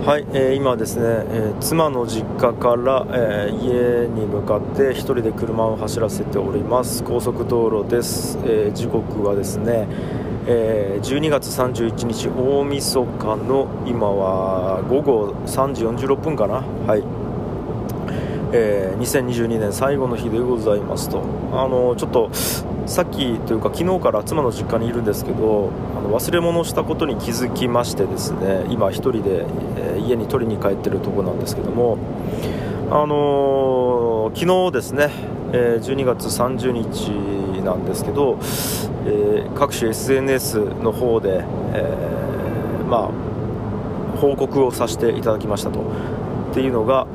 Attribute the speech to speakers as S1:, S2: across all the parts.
S1: はい、今ですね、妻の実家から、家に向かって一人で車を走らせております。高速道路です。時刻はですね、12月31日大晦日の今は午後3時46分かな。はい、2022年最後の日でございますと、ちょっとさっきというか昨日から妻の実家にいるんですけど、忘れ物をしたことに気づきましてですね、今一人で、家に取りに帰ってるところなんですけども、昨日ですね、12月30日なんですけど、各種 SNS の方で、報告をさせていただきましたと。っていうのが、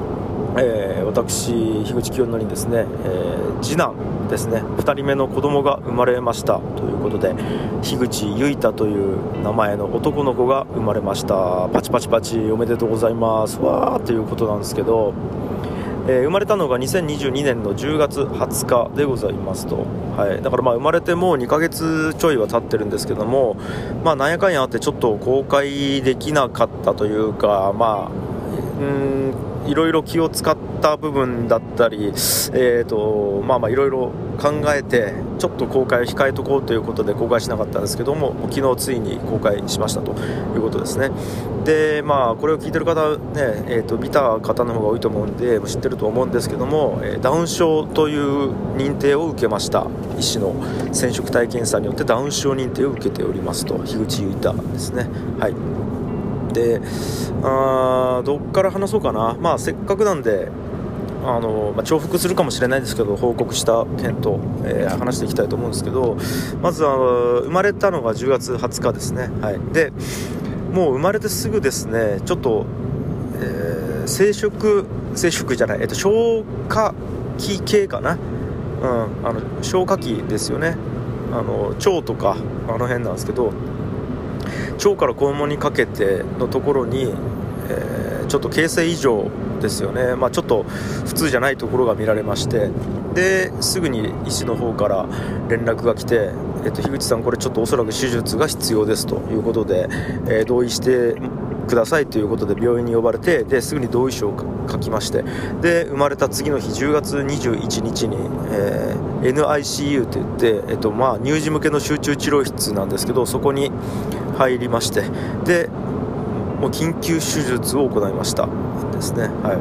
S1: 私樋口清則にですね、次男ですね、2人目の子供が生まれましたということで、樋口結太という名前の男の子が生まれました。パチパチパチおめでとうございますわーということなんですけど、生まれたのが2022年の10月20日でございますと。はい、だから生まれてもう2ヶ月ちょいは経ってるんですけども、なんやかんやあってちょっと公開できなかったというか、いろいろ気を使った部分だったり、いろいろ考えてちょっと公開を控えとこうということで公開しなかったんですけども、昨日ついに公開しましたということですね。で、これを聞いてる方ね、見た方の方が多いと思うんで知ってると思うんですけども、ダウン症という認定を受けました。医師の染色体検査によってダウン症認定を受けておりますと、樋口結太ですね。はい。で、どっから話そうかな。せっかくなんで重複するかもしれないですけど、報告した件と、話していきたいと思うんですけど、まず生まれたのが10月20日ですね。はい、でもう生まれてすぐですね、ちょっと、生殖じゃない、消化器系かな、消化器ですよね。腸とかあの辺なんですけど、腸から肛門にかけてのところに、ちょっと形成異常ですよね。ちょっと普通じゃないところが見られまして、ですぐに医師の方から連絡が来て、樋口さんこれちょっとおそらく手術が必要ですということで、同意してくださいということで病院に呼ばれて、ですぐに同意書を書きまして、で生まれた次の日10月21日に、NICU といって、乳児向けの集中治療室なんですけど、そこに入りまして、でもう緊急手術を行いましたですね。はい、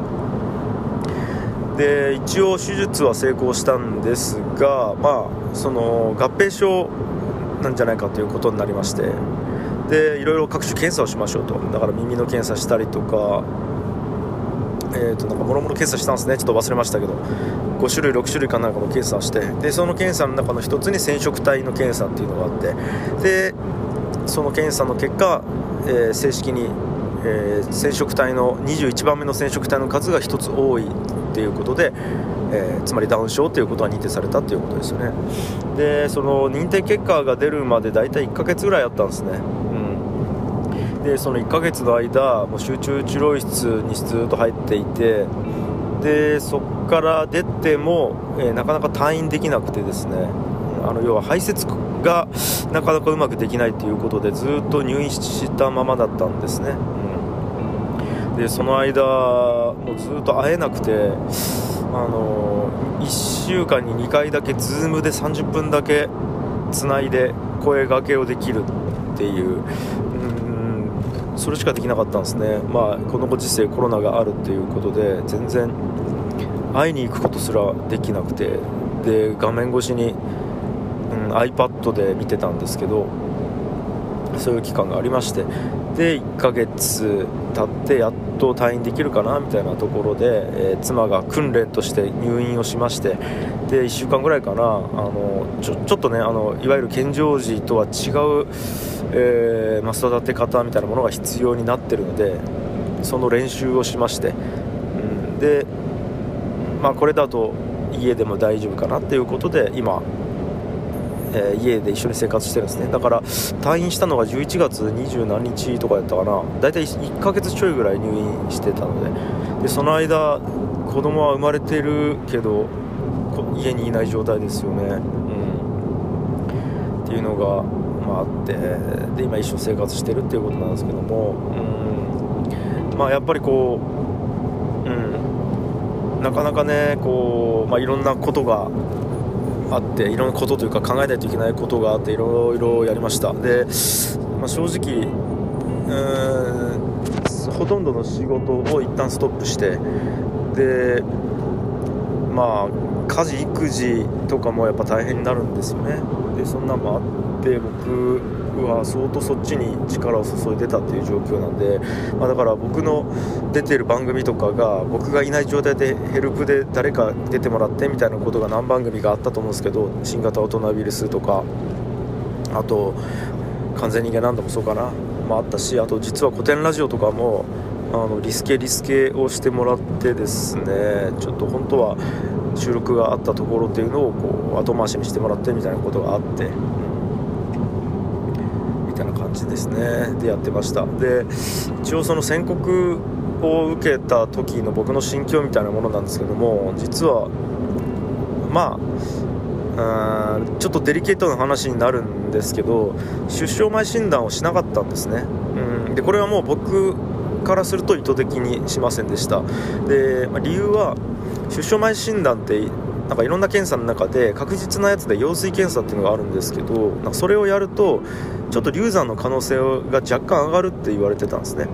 S1: で一応手術は成功したんですが、その合併症なんじゃないかということになりまして、でいろいろ各種検査をしましょうと。だから耳の検査したりとか、もろもろ検査したんですね。ちょっと忘れましたけど、5種類6種類かなんかの検査をして、でその検査の中の一つに染色体の検査っていうのがあって、でその検査の結果、正式に、染色体の21番目の染色体の数が1つ多いっていうことで、つまりダウン症ということが認定されたということですよね。でその認定結果が出るまでだいたい1ヶ月ぐらいあったんですね。でその1ヶ月の間もう集中治療室にずっと入っていて、でそこから出ても、なかなか退院できなくてですね、要は排泄がなかなかうまくできないということでずっと入院したままだったんですね。でその間もうずっと会えなくて、1週間に2回だけ Zoom で30分だけつないで声掛けをできるっていう、それしかできなかったんですね。このご時世コロナがあるっていうことで全然会いに行くことすらできなくて、で画面越しにiPad で見てたんですけど、そういう期間がありまして、で1ヶ月経ってやっと退院できるかなみたいなところで、妻が訓練として入院をしまして、で1週間ぐらいかな、ちょっとね、いわゆる健常時とは違う、育て方みたいなものが必要になってるので、その練習をしまして、でこれだと家でも大丈夫かなっていうことで今家で一緒に生活してるんですね。だから退院したのが11月20何日とかやったかな。だいたい1ヶ月ちょいぐらい入院してたので、その間子供は生まれてるけど家にいない状態ですよね。っていうのが、あって、で今一緒生活してるっていうことなんですけども、 やっぱりこう、なかなかねこう、いろんなことがあって、いろんなことというか考えないといけないことがあっていろいろやりました。で、正直ほとんどの仕事を一旦ストップして、で家事育児とかもやっぱ大変になるんですよね。でそんなのもあって僕は相当そっちに力を注いでたっていう状況なんで、だから僕の出てる番組とかが僕がいない状態でヘルプで誰か出てもらってみたいなことが何番組かあったと思うんですけど、新型大人ウイルスとか、あと完全人間なんだもそうかな、あったし、あと実は古典ラジオとかもリスケをしてもらってですね、ちょっと本当は収録があったところっていうのをこう後回しにしてもらってみたいなことがあって、みたいな感じですね。でやってました。で一応その宣告を受けた時の僕の心境みたいなものなんですけども、実はちょっとデリケートな話になるんですけど、出生前診断をしなかったんですね。でこれはもう僕からすると意図的にしませんでした。で、理由は出生前診断ってなんかいろんな検査の中で確実なやつで羊水検査っていうのがあるんですけど、なんかそれをやるとちょっと流産の可能性が若干上がるって言われてたんですね。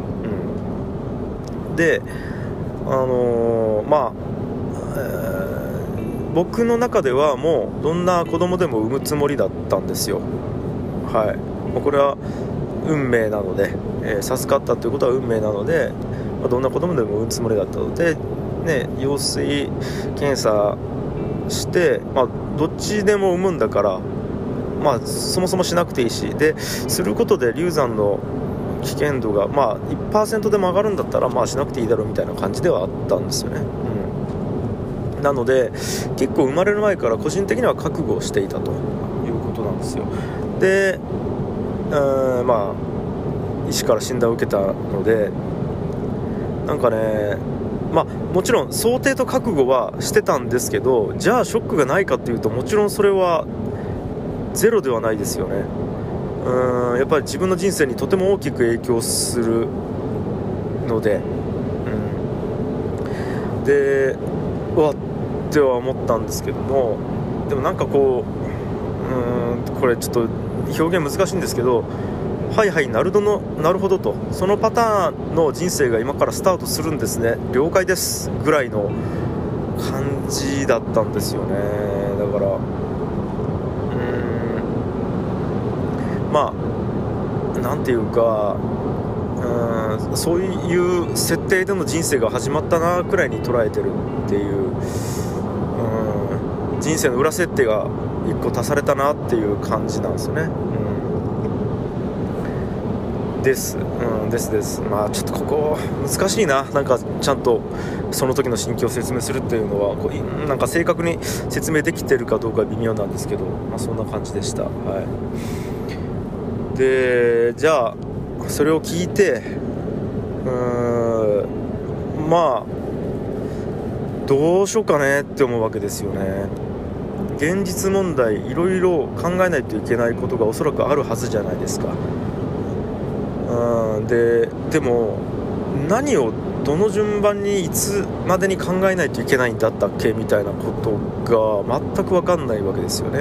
S1: で僕の中ではもうどんな子供でも産むつもりだったんですよ。もうこれは運命なので、授かったということは運命なので、どんな子供でも産むつもりだったので、羊水検査して、どっちでも産むんだから、そもそもしなくていいし、ですることで流産の危険度が1% でも上がるんだったらしなくていいだろうみたいな感じではあったんですよね。なので結構生まれる前から個人的には覚悟をしていたということなんですよ。で医師から診断を受けたので、なんかねもちろん想定と覚悟はしてたんですけど、じゃあショックがないかっていうともちろんそれはゼロではないですよね。やっぱり自分の人生にとても大きく影響するので、でうわっては思ったんですけども、でもなんかこれちょっと表現難しいんですけど、なるほどと、そのパターンの人生が今からスタートするんですね、了解ですぐらいの感じだったんですよね。だからなんていうか、そういう設定での人生が始まったなくらいに捉えてるっていう、人生の裏設定が1個足されたなっていう感じなんですよね。です。ちょっとここ難しいな。なんかちゃんとその時の心境を説明するっていうのはなんか正確に説明できてるかどうか微妙なんですけど、そんな感じでした。でじゃあそれを聞いてどうしようかねって思うわけですよね。現実問題いろいろ考えないといけないことがおそらくあるはずじゃないですか。でも何をどの順番にいつまでに考えないといけないんだったっけみたいなことが全く分かんないわけですよね。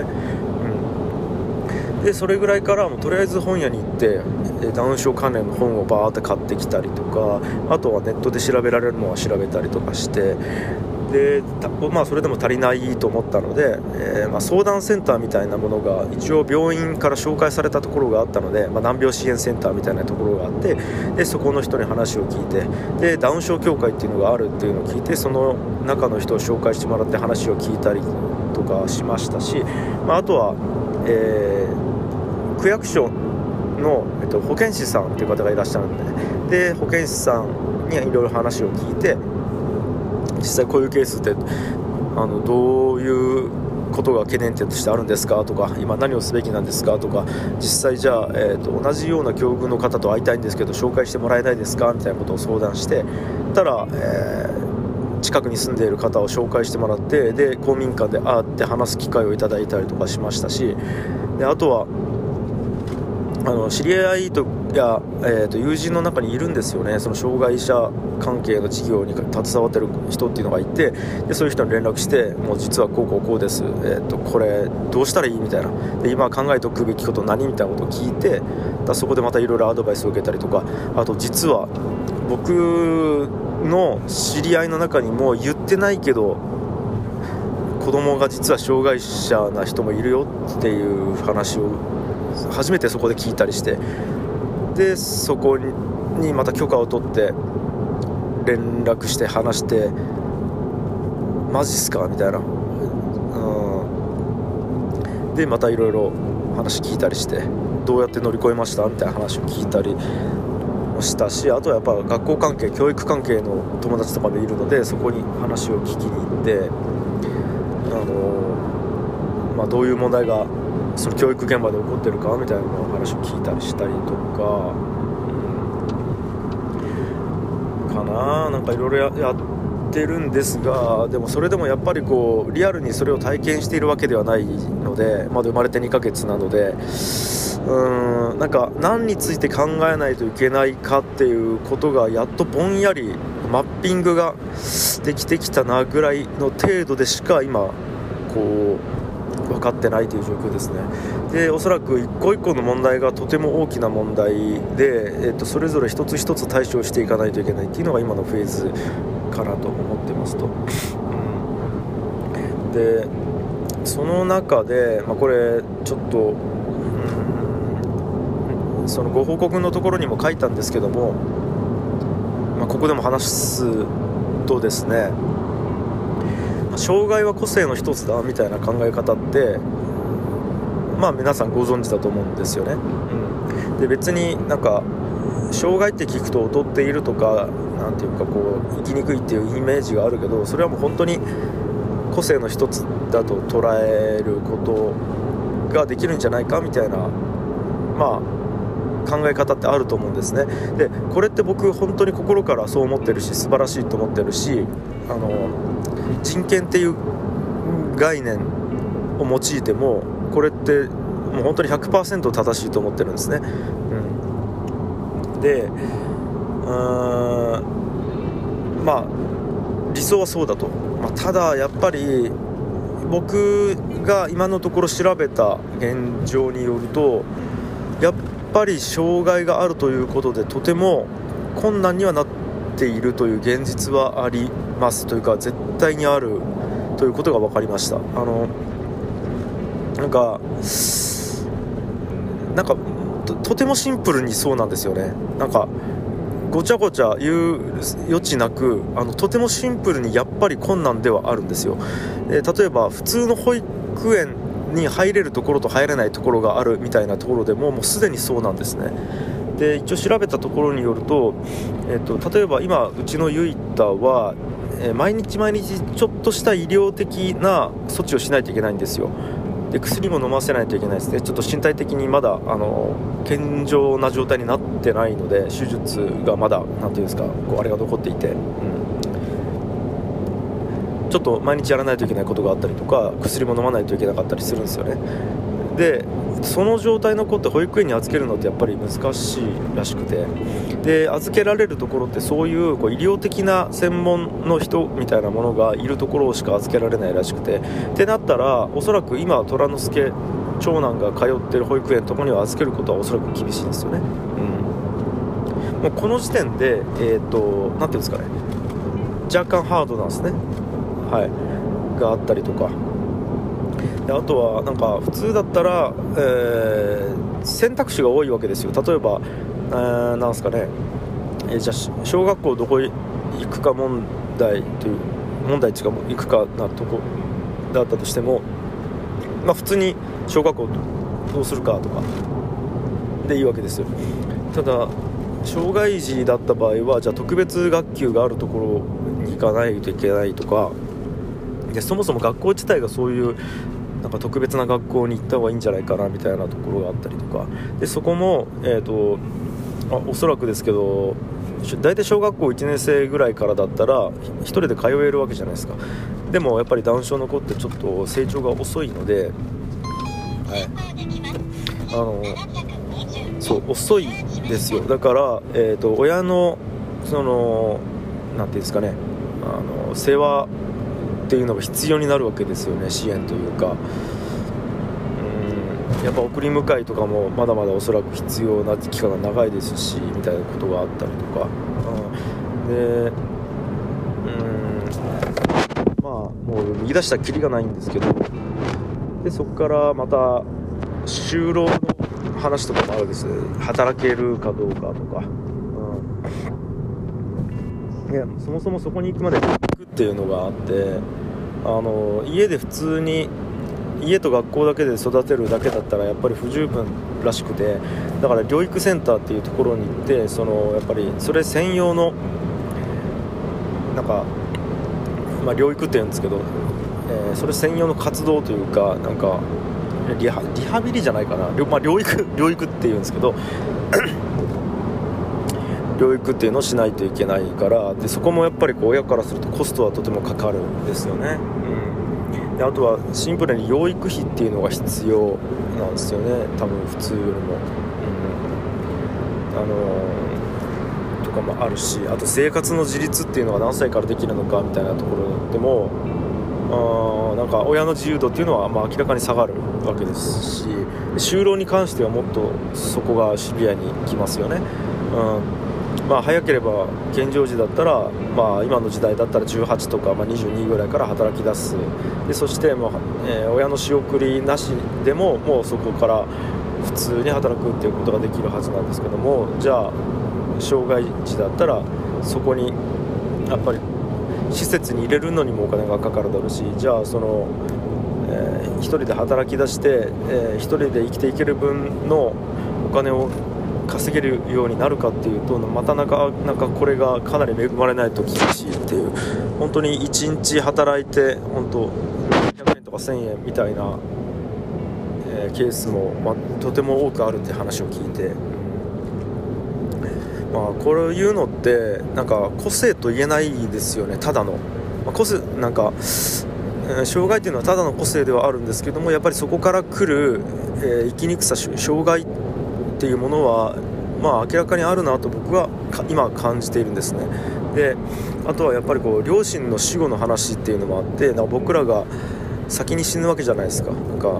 S1: でそれぐらいからもうとりあえず本屋に行ってダウン症関連の本をバーって買ってきたりとか、あとはネットで調べられるのは調べたりとかして、でそれでも足りないと思ったので、相談センターみたいなものが一応病院から紹介されたところがあったので、難病支援センターみたいなところがあって、でそこの人に話を聞いて、でダウン症協会っていうのがあるっていうのを聞いて、その中の人を紹介してもらって話を聞いたりとかしましたし、あとは、区役所の、保健師さんという方がいらっしゃるんで、保健師さんにいろいろ話を聞いて、実際こういうケースってどういうことが懸念点としてあるんですかとか、今何をすべきなんですかとか、実際じゃあ、同じような境遇の方と会いたいんですけど紹介してもらえないですかみたいなことを相談してたら、近くに住んでいる方を紹介してもらって、で公民館で会って話す機会をいただいたりとかしましたし、であとは知り合いや、友人の中にいるんですよね。その障害者関係の事業に携わってる人っていうのがいて、でそういう人に連絡して、もう実はこうです、これどうしたらいいみたいな、で今考えておくべきこと何みたいなことを聞いて、そこでまたいろいろアドバイスを受けたりとか、あと実は僕の知り合いの中にも言ってないけど子供が実は障害者な人もいるよっていう話を初めてそこで聞いたりして、でそこにまた許可を取って連絡して話して、マジっすかみたいな、でまたいろいろ話聞いたりして、どうやって乗り越えましたみたいな話を聞いたりもしたし、あとはやっぱ学校関係、教育関係の友達とかもいるので、そこに話を聞きに行って、どういう問題がその教育現場で起こってるかみたいな話を聞いたりしたりとか、なんかいろいろやってるんですが、でもそれでもやっぱりリアルにそれを体験しているわけではないので、まだ生まれて2ヶ月なので、なんか何について考えないといけないかっていうことがやっとぼんやりマッピングができてきたなぐらいの程度でしか今分かってないという状況ですね。でおそらく一個一個の問題がとても大きな問題で、それぞれ一つ一つ対処していかないといけないっていうのが今のフェーズかなと思ってますと、でその中で、これちょっと、そのご報告のところにも書いたんですけども、ここでも話すとですね、障害は個性の一つだみたいな考え方って皆さんご存知だと思うんですよね、で別になんか障害って聞くと劣っているとかなんていうか生きにくいっていうイメージがあるけど、それはもう本当に個性の一つだと捉えることができるんじゃないかみたいな考え方ってあると思うんですね。でこれって僕本当に心からそう思ってるし、素晴らしいと思ってるし、人権っていう概念を用いてもこれってもう本当に 100% 正しいと思ってるんですね、で理想はそうだと、ただやっぱり僕が今のところ調べた現状によると、やっぱり障害があるということでとても困難にはなっているという現実はありますというか、絶対にあるということが分かりました。なんかとてもシンプルにそうなんですよね。なんかごちゃごちゃ言う余地なく、とてもシンプルにやっぱり困難ではあるんですよ。例えば普通の保育園に入れるところと入れないところがあるみたいなところでももうすでにそうなんですね。で一応調べたところによると、例えば今うちのゆいたは、毎日ちょっとした医療的な措置をしないといけないんですよ。で薬も飲ませないといけないですね。ちょっと身体的にまだ健常な状態になってないので、手術がまだなんていうんですか、あれが残っていて、ちょっと毎日やらないといけないことがあったりとか、薬も飲まないといけなかったりするんですよね。でその状態の子って保育園に預けるのってやっぱり難しいらしくて、で預けられるところってそういう医療的な専門の人みたいなものがいるところしか預けられないらしくて、ってなったらおそらく今虎之助長男が通ってる保育園のところには預けることはおそらく厳しいんですよね。もうこの時点でなんていうんですかね、若干ハードなんですね、があったりとか、であとはなんか普通だったら、選択肢が多いわけですよ。例えば、なんですかね、じゃあ小学校どこ行くか問題という問題地が行くかなとこだったとしても、普通に小学校どうするかとかでいいわけですよ。ただ障害児だった場合はじゃあ特別学級があるところに行かないといけないとかで、そもそも学校自体がそういうなんか特別な学校に行った方がいいんじゃないかなみたいなところがあったりとかで、そこも、おそらくですけど大体小学校1年生ぐらいからだったら1人で通えるわけじゃないですか。でもやっぱりダウン症の子ってちょっと成長が遅いので、 そう遅いですよ。だから、親のそのなんていうんですかね、世話っていうのが必要になるわけですよね。支援というか、やっぱ送り迎えとかもまだまだおそらく必要な期間が長いですし、みたいなことがあったりとか、でまあもう言い出したらキリがないんですけど、でそこからまた就労の話とかもあるんです。働けるかどうかとか、いやそもそもそこに行くまで行くっていうのがあって、家で普通に家と学校だけで育てるだけだったらやっぱり不十分らしくて、だから療育センターっていうところに行って、やっぱりそれ専用のなんか、療育って言うんですけど、それ専用の活動というか、なんかリハビリじゃないかな、療育っていうんですけど療育っていうのをしないといけないから、でそこもやっぱり親からするとコストはとてもかかるんですよね。であとはシンプルに養育費っていうのが必要なんですよね、多分普通よりも、とかもあるし、あと生活の自立っていうのが何歳からできるのかみたいなところでもなんか親の自由度っていうのは明らかに下がるわけですし、就労に関してはもっとそこがシビアにきますよね。早ければ現状時だったら、今の時代だったら18とか、22ぐらいから働き出す。でそして、親の仕送りなしでももうそこから普通に働くっていうことができるはずなんですけども、じゃあ障害児だったらそこにやっぱり施設に入れるのにもお金がかかるだろうし、じゃあ一人で働き出して、一人で生きていける分のお金を稼げるようになるかっていうと、またなかなかこれがかなり恵まれないと厳しいっていう、本当に1日働いて本当100円とか1000円みたいな、ケースも、とても多くあるって話を聞いて、こういうのってなんか個性と言えないですよね。ただの、個性なんか、障害っていうのはただの個性ではあるんですけども、やっぱりそこから来る、生きにくさ、障害っていうものは明らかにあるなと僕は今感じているんですね。であとはやっぱり両親の死後の話っていうのもあって、僕らが先に死ぬわけじゃないですか。なんか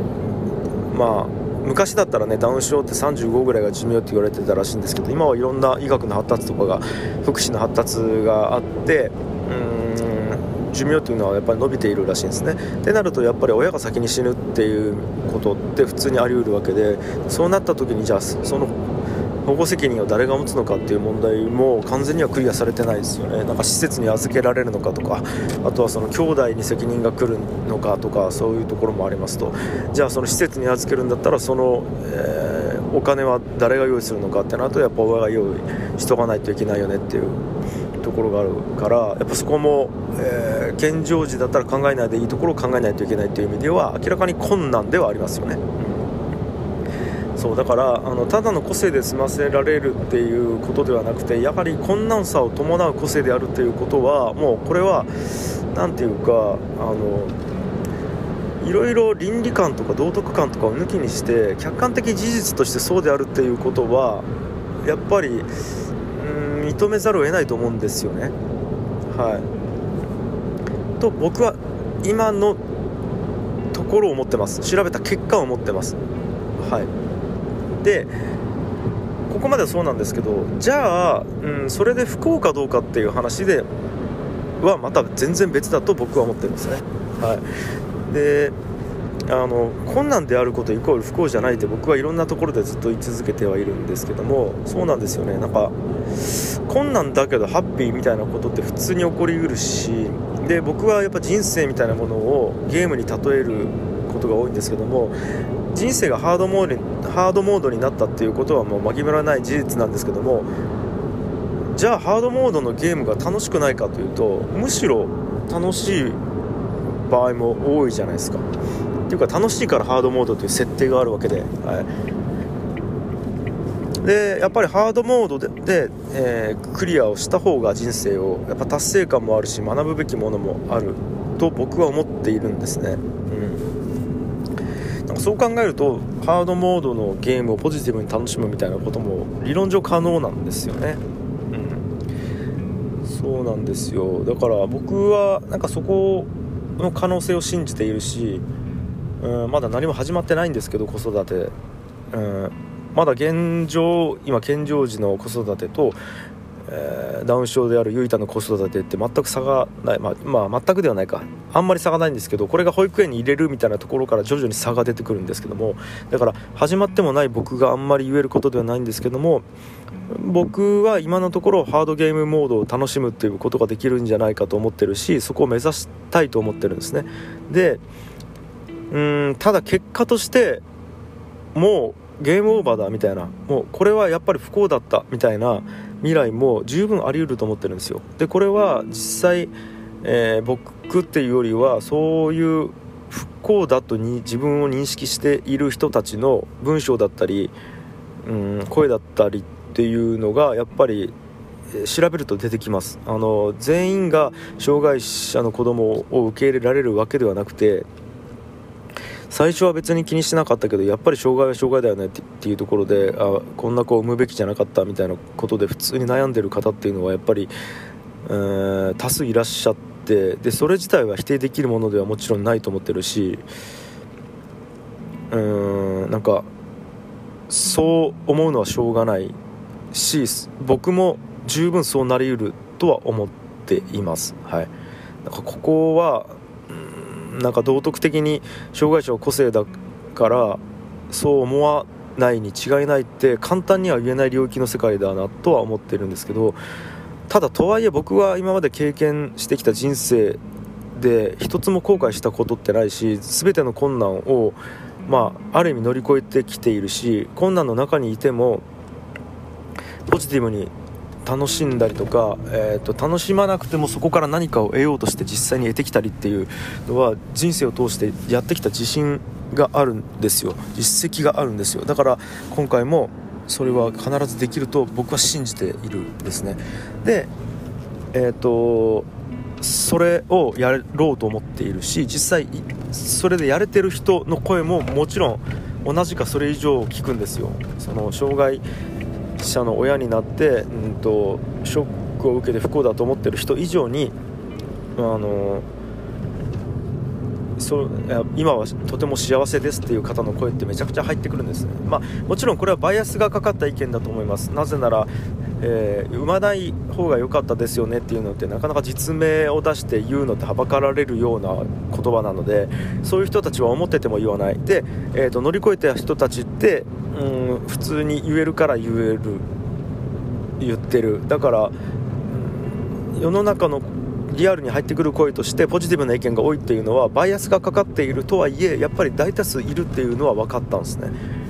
S1: 昔だったらね、ダウン症って35ぐらいが寿命って言われてたらしいんですけど、今はいろんな医学の発達とかが、福祉の発達があって、寿命というのはやっぱり伸びているらしいんですね。ってなるとやっぱり親が先に死ぬっていうことって普通にあり得るわけで、そうなった時にじゃあその保護責任を誰が持つのかっていう問題も完全にはクリアされてないですよね。なんか施設に預けられるのかとか、あとはその兄弟に責任が来るのかとか、そういうところもありますと、じゃあその施設に預けるんだったらその、お金は誰が用意するのかってなると、やっぱ親が用意しとかないといけないよねっていうところがあるから、やっぱそこも、現状時だったら考えないでいいところを考えないといけないという意味では明らかに困難ではありますよね。そうだからただの個性で済ませられるっていうことではなくて、やはり困難さを伴う個性であるということは、もうこれはなんていうか、いろいろ倫理観とか道徳観とかを抜きにして客観的事実としてそうであるっていうことはやっぱり認めざるを得ないと思うんですよね。と僕は今のところを思ってます。調べた結果を思ってます。でここまではそうなんですけど、じゃあ、それで不幸かどうかっていう話ではまた全然別だと僕は思ってるんですね。で困難であることイコール不幸じゃないって僕はいろんなところでずっと言い続けてはいるんですけども、そうなんですよね。なんか困難だけどハッピーみたいなことって普通に起こりうるし、で僕はやっぱ人生みたいなものをゲームに例えることが多いんですけども、人生がハードモードになったっていうことはもう紛らわない事実なんですけども、じゃあハードモードのゲームが楽しくないかというと、むしろ楽しい場合も多いじゃないですか。っていうか楽しいからハードモードという設定があるわけで、でやっぱりハードモードで、クリアをした方が人生をやっぱ達成感もあるし学ぶべきものもあると僕は思っているんですね。なんかそう考えるとハードモードのゲームをポジティブに楽しむみたいなことも理論上可能なんですよね。そうなんですよ。だから僕はなんかそこの可能性を信じているし、まだ何も始まってないんですけど子育て、まだ現状今健常児の子育てと、ダウン症であるゆいたの子育てって全く差がない、全くではないか、あんまり差がないんですけど、これが保育園に入れるみたいなところから徐々に差が出てくるんですけども、だから始まってもない僕があんまり言えることではないんですけども、僕は今のところハードゲームモードを楽しむっていうことができるんじゃないかと思ってるし、そこを目指したいと思ってるんですね。で、ただ結果としてもうゲームオーバーだみたいな、もうこれはやっぱり不幸だったみたいな未来も十分あり得ると思ってるんですよ。でこれは実際、僕っていうよりはそういう不幸だとに自分を認識している人たちの文章だったり、声だったりっていうのがやっぱり調べると出てきます。全員が障害者の子供を受け入れられるわけではなくて、最初は別に気にしてなかったけどやっぱり障害は障害だよねっていうところで、こんな子を産むべきじゃなかったみたいなことで普通に悩んでる方っていうのはやっぱり、多数いらっしゃって、でそれ自体は否定できるものではもちろんないと思ってるし、なんかそう思うのはしょうがないし、僕も十分そうなり得るとは思っています。はい。なんかここはなんか道徳的に障害者は個性だからそう思わないに違いないって簡単には言えない領域の世界だなとは思ってるんですけど、ただとはいえ僕は今まで経験してきた人生で一つも後悔したことってないし、全ての困難をある意味乗り越えてきているし、困難の中にいてもポジティブに楽しんだりとか、楽しまなくてもそこから何かを得ようとして実際に得てきたりっていうのは人生を通してやってきた自信があるんですよ。実績があるんですよ。だから今回もそれは必ずできると僕は信じているんですね。で、それをやろうと思っているし、実際それでやれてる人の声ももちろん同じかそれ以上聞くんですよ。その障害者の親になって、ショックを受けて不幸だと思ってる人以上に今はとても幸せですっていう方の声ってめちゃくちゃ入ってくるんですね。もちろんこれはバイアスがかかった意見だと思います。なぜなら、産まない方が良かったですよねっていうのってなかなか実名を出して言うのってはばかられるような言葉なので、そういう人たちは思ってても言わないで、乗り越えた人たちって普通に言えるから言ってる。だから世の中のリアルに入ってくる声としてポジティブな意見が多いっていうのはバイアスがかかっているとはいえやっぱり大多数いるっていうのは分かったんですね。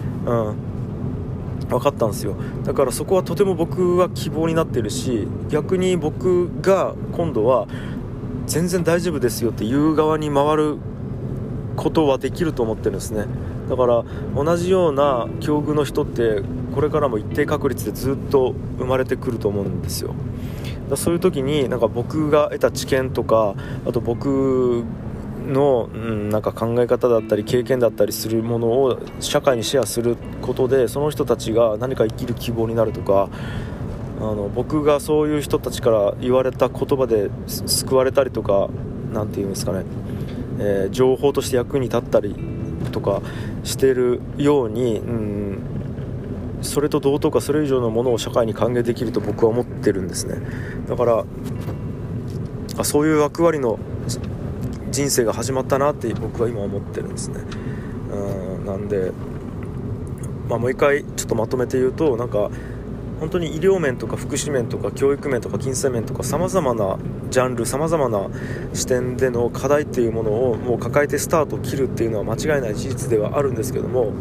S1: 分かったんですよ。だからそこはとても僕は希望になっているし、逆に僕が今度は全然大丈夫ですよって言う側に回ることはできると思ってるんですね。だから同じような境遇の人ってこれからも一定確率でずっと生まれてくると思うんですよ。そういう時になんか僕が得た知見とか、あと僕の、なんか考え方だったり経験だったりするものを社会にシェアすることで、その人たちが何か生きる希望になるとか、僕がそういう人たちから言われた言葉で救われたりとか、なんていうんですかね、情報として役に立ったりとかしてるように、それと同等かそれ以上のものを社会に還元できると僕は思ってるんですね。だからそういう役割の人生が始まったなって僕は今思ってるんですね。なんで、もう一回ちょっとまとめて言うと、なんか本当に医療面とか福祉面とか教育面とか金銭面とか様々なジャンル様々な視点での課題っていうものをもう抱えてスタートを切るっていうのは間違いない事実ではあるんですけども、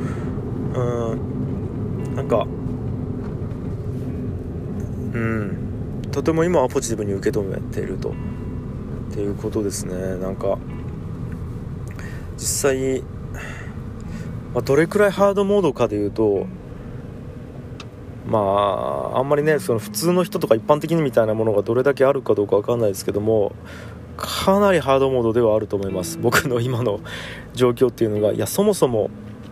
S1: なんかとても今はポジティブに受け止めているっていうことですね。なんか実際、どれくらいハードモードかでいうと、あんまりねその普通の人とか一般的にみたいなものがどれだけあるかどうか分かんないですけども、かなりハードモードではあると思います。僕の今の状況っていうのが、そもそも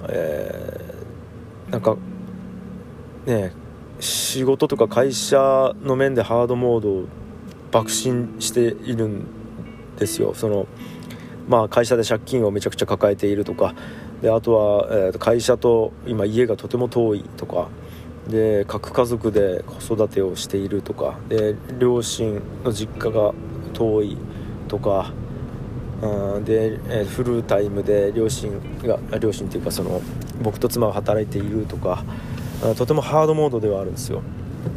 S1: なんかね、仕事とか会社の面でハードモードを爆心しているんですよ。会社で借金をめちゃくちゃ抱えているとかで、あとは、会社と今家がとても遠いとかで、核家族で子育てをしているとかで、両親の実家が遠いとか、で、フルタイムで両親っていうか僕と妻が働いているとか、とてもハードモードではあるんですよ。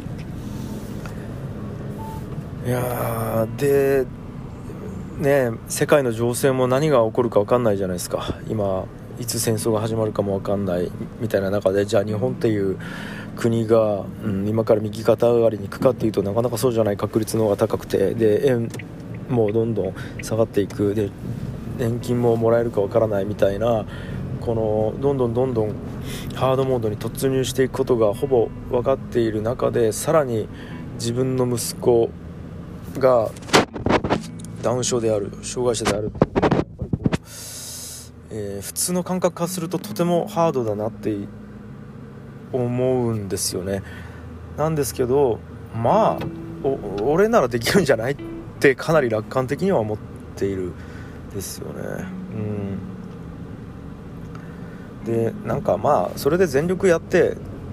S1: いやでね、世界の情勢も何が起こるか分かんないじゃないですか。今いつ戦争が始まるかも分かんないみたいな中で、じゃあ日本っていう国が、今から右肩上がりに行くかっていうと、なかなかそうじゃない確率の方が高くて、で円もどんどん下がっていく、で年金ももらえるか分からないみたいな、このどんどんハードモードに突入していくことがほぼ分かっている中で、さらに自分の息子がダウン症である、障害者であるっていうのはやっぱり普通の感覚化するととてもハードだなって思うんですよね。なんですけど、俺ならできるんじゃないってかなり楽観的には思っているですよね。でなんかそれで全力やって、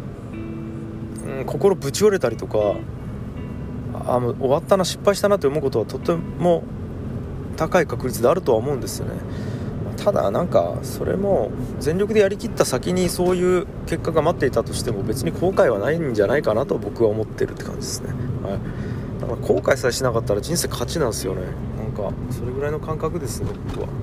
S1: 心ぶち折れたりとか、もう終わったな、失敗したなと思うことはとても高い確率であるとは思うんですよね。ただそれも全力でやりきった先にそういう結果が待っていたとしても、別に後悔はないんじゃないかなと僕は思ってるって感じですね。だから後悔さえしなかったら人生勝ちなんですよね。それぐらいの感覚ですね、僕は。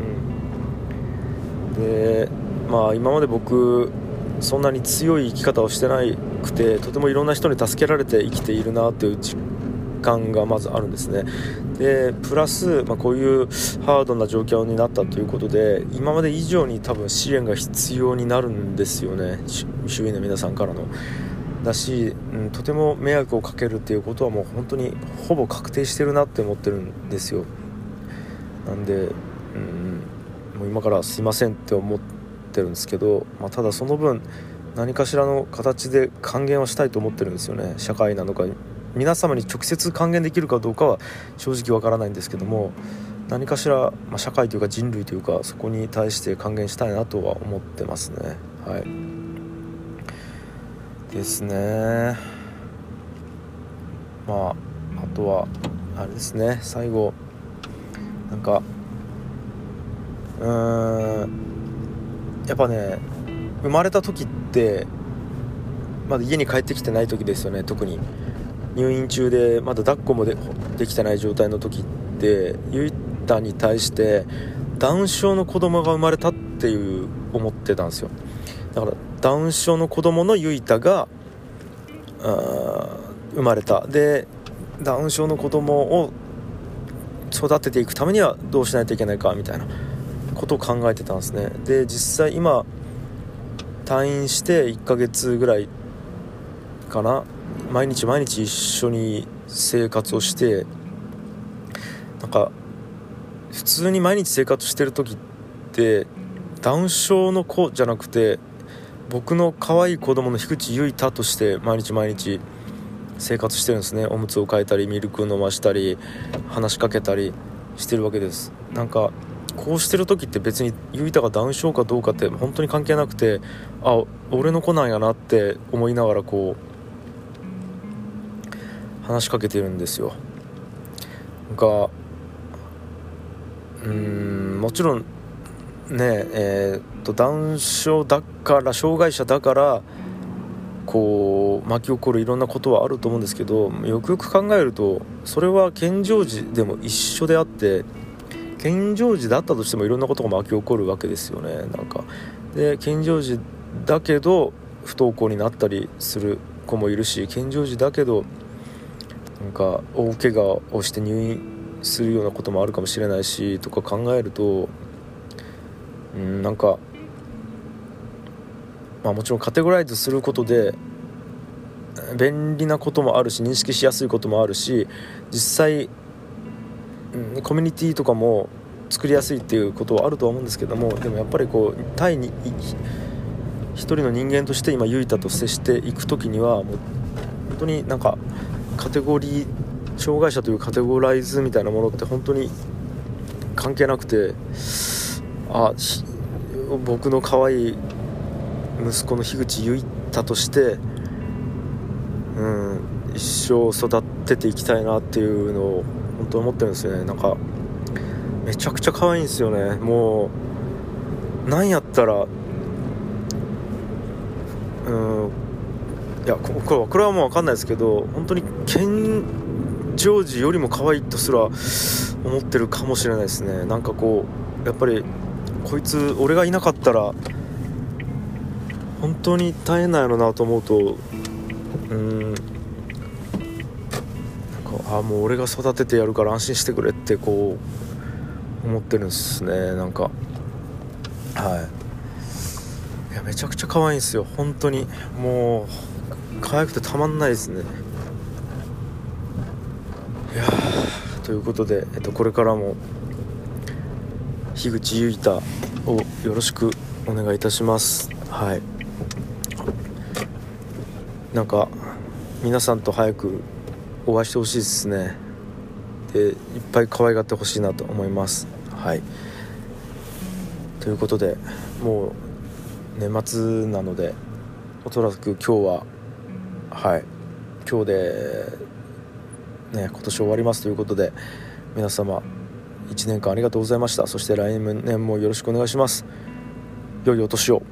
S1: で今まで僕そんなに強い生き方をしてなくて、とてもいろんな人に助けられて生きているなという実感がまずあるんですね。でプラス、こういうハードな状況になったということで、今まで以上に多分支援が必要になるんですよね、周囲の皆さんからの。だし、とても迷惑をかけるっていうことはもう本当にほぼ確定してるなって思ってるんですよ。なんで、もう今からすいませんって思ってるんですけど、ただその分何かしらの形で還元をしたいと思ってるんですよね。社会なのか皆様に直接還元できるかどうかは正直わからないんですけども、何かしら、社会というか人類というか、そこに対して還元したいなとは思ってますね。ですね。あとはあれですね、最後やっぱね、生まれた時ってまだ家に帰ってきてない時ですよね。特に入院中でまだ抱っこも できてない状態の時って、ゆいたに対してダウン症の子供が生まれたっていう思ってたんですよ。だからダウン症の子供のゆいたが生まれた。でダウン症の子供を育てていくためにはどうしないといけないかみたいなことを考えてたんですね。で実際今退院して1ヶ月ぐらいかな、毎日一緒に生活をして、普通に毎日生活してる時ってダウン症の子じゃなくて、僕の可愛い子供の樋口結太として毎日生活してるんですね。おむつを替えたりミルクを飲ましたり話しかけたりしてるわけです。こうしてる時って別に結太がダウン症かどうかって本当に関係なくて、俺の子なんやなって思いながら話しかけてるんですよ。もちろんね、ダウン症だから障害者だから巻き起こるいろんなことはあると思うんですけど、よくよく考えるとそれは健常時でも一緒であって、健常時だったとしてもいろんなことが巻き起こるわけですよね。で健常時だけど不登校になったりする子もいるし、健常時だけど大怪我をして入院するようなこともあるかもしれないしとか考えると、もちろんカテゴライズすることで便利なこともあるし、認識しやすいこともあるし、実際、コミュニティとかも作りやすいっていうことはあるとは思うんですけども、でもやっぱり対一人の人間として今ゆいたと接していくときにはもう本当になんかカテゴリー、障害者というカテゴライズみたいなものって本当に関係なくて、僕の可愛い息子の樋口ゆいたとして、一生育てていきたいなっていうのを本当に思ってるんですよね。なんかめちゃくちゃ可愛いんですよね。もうなんやったらいやこれはもう分かんないですけど、本当にケンジョージよりも可愛いとすら思ってるかもしれないですね。なんかこうやっぱりこいつ俺がいなかったら本当に大変なんやろなと思うと、もう俺が育ててやるから安心してくれってこう思ってるんですね。なんかいやめちゃくちゃ可愛いんですよ本当に。もう可愛くてたまんないですね。いやということで、これからも樋口ゆいたをよろしくお願いいたします。なんか皆さんと早くお会いしてほしいですね。でいっぱい可愛がってほしいなと思います。ということでもう年末なのでおそらく今日は今日で今年終わりますということで、皆様1年間ありがとうございました。そして来年もよろしくお願いします。良いお年を。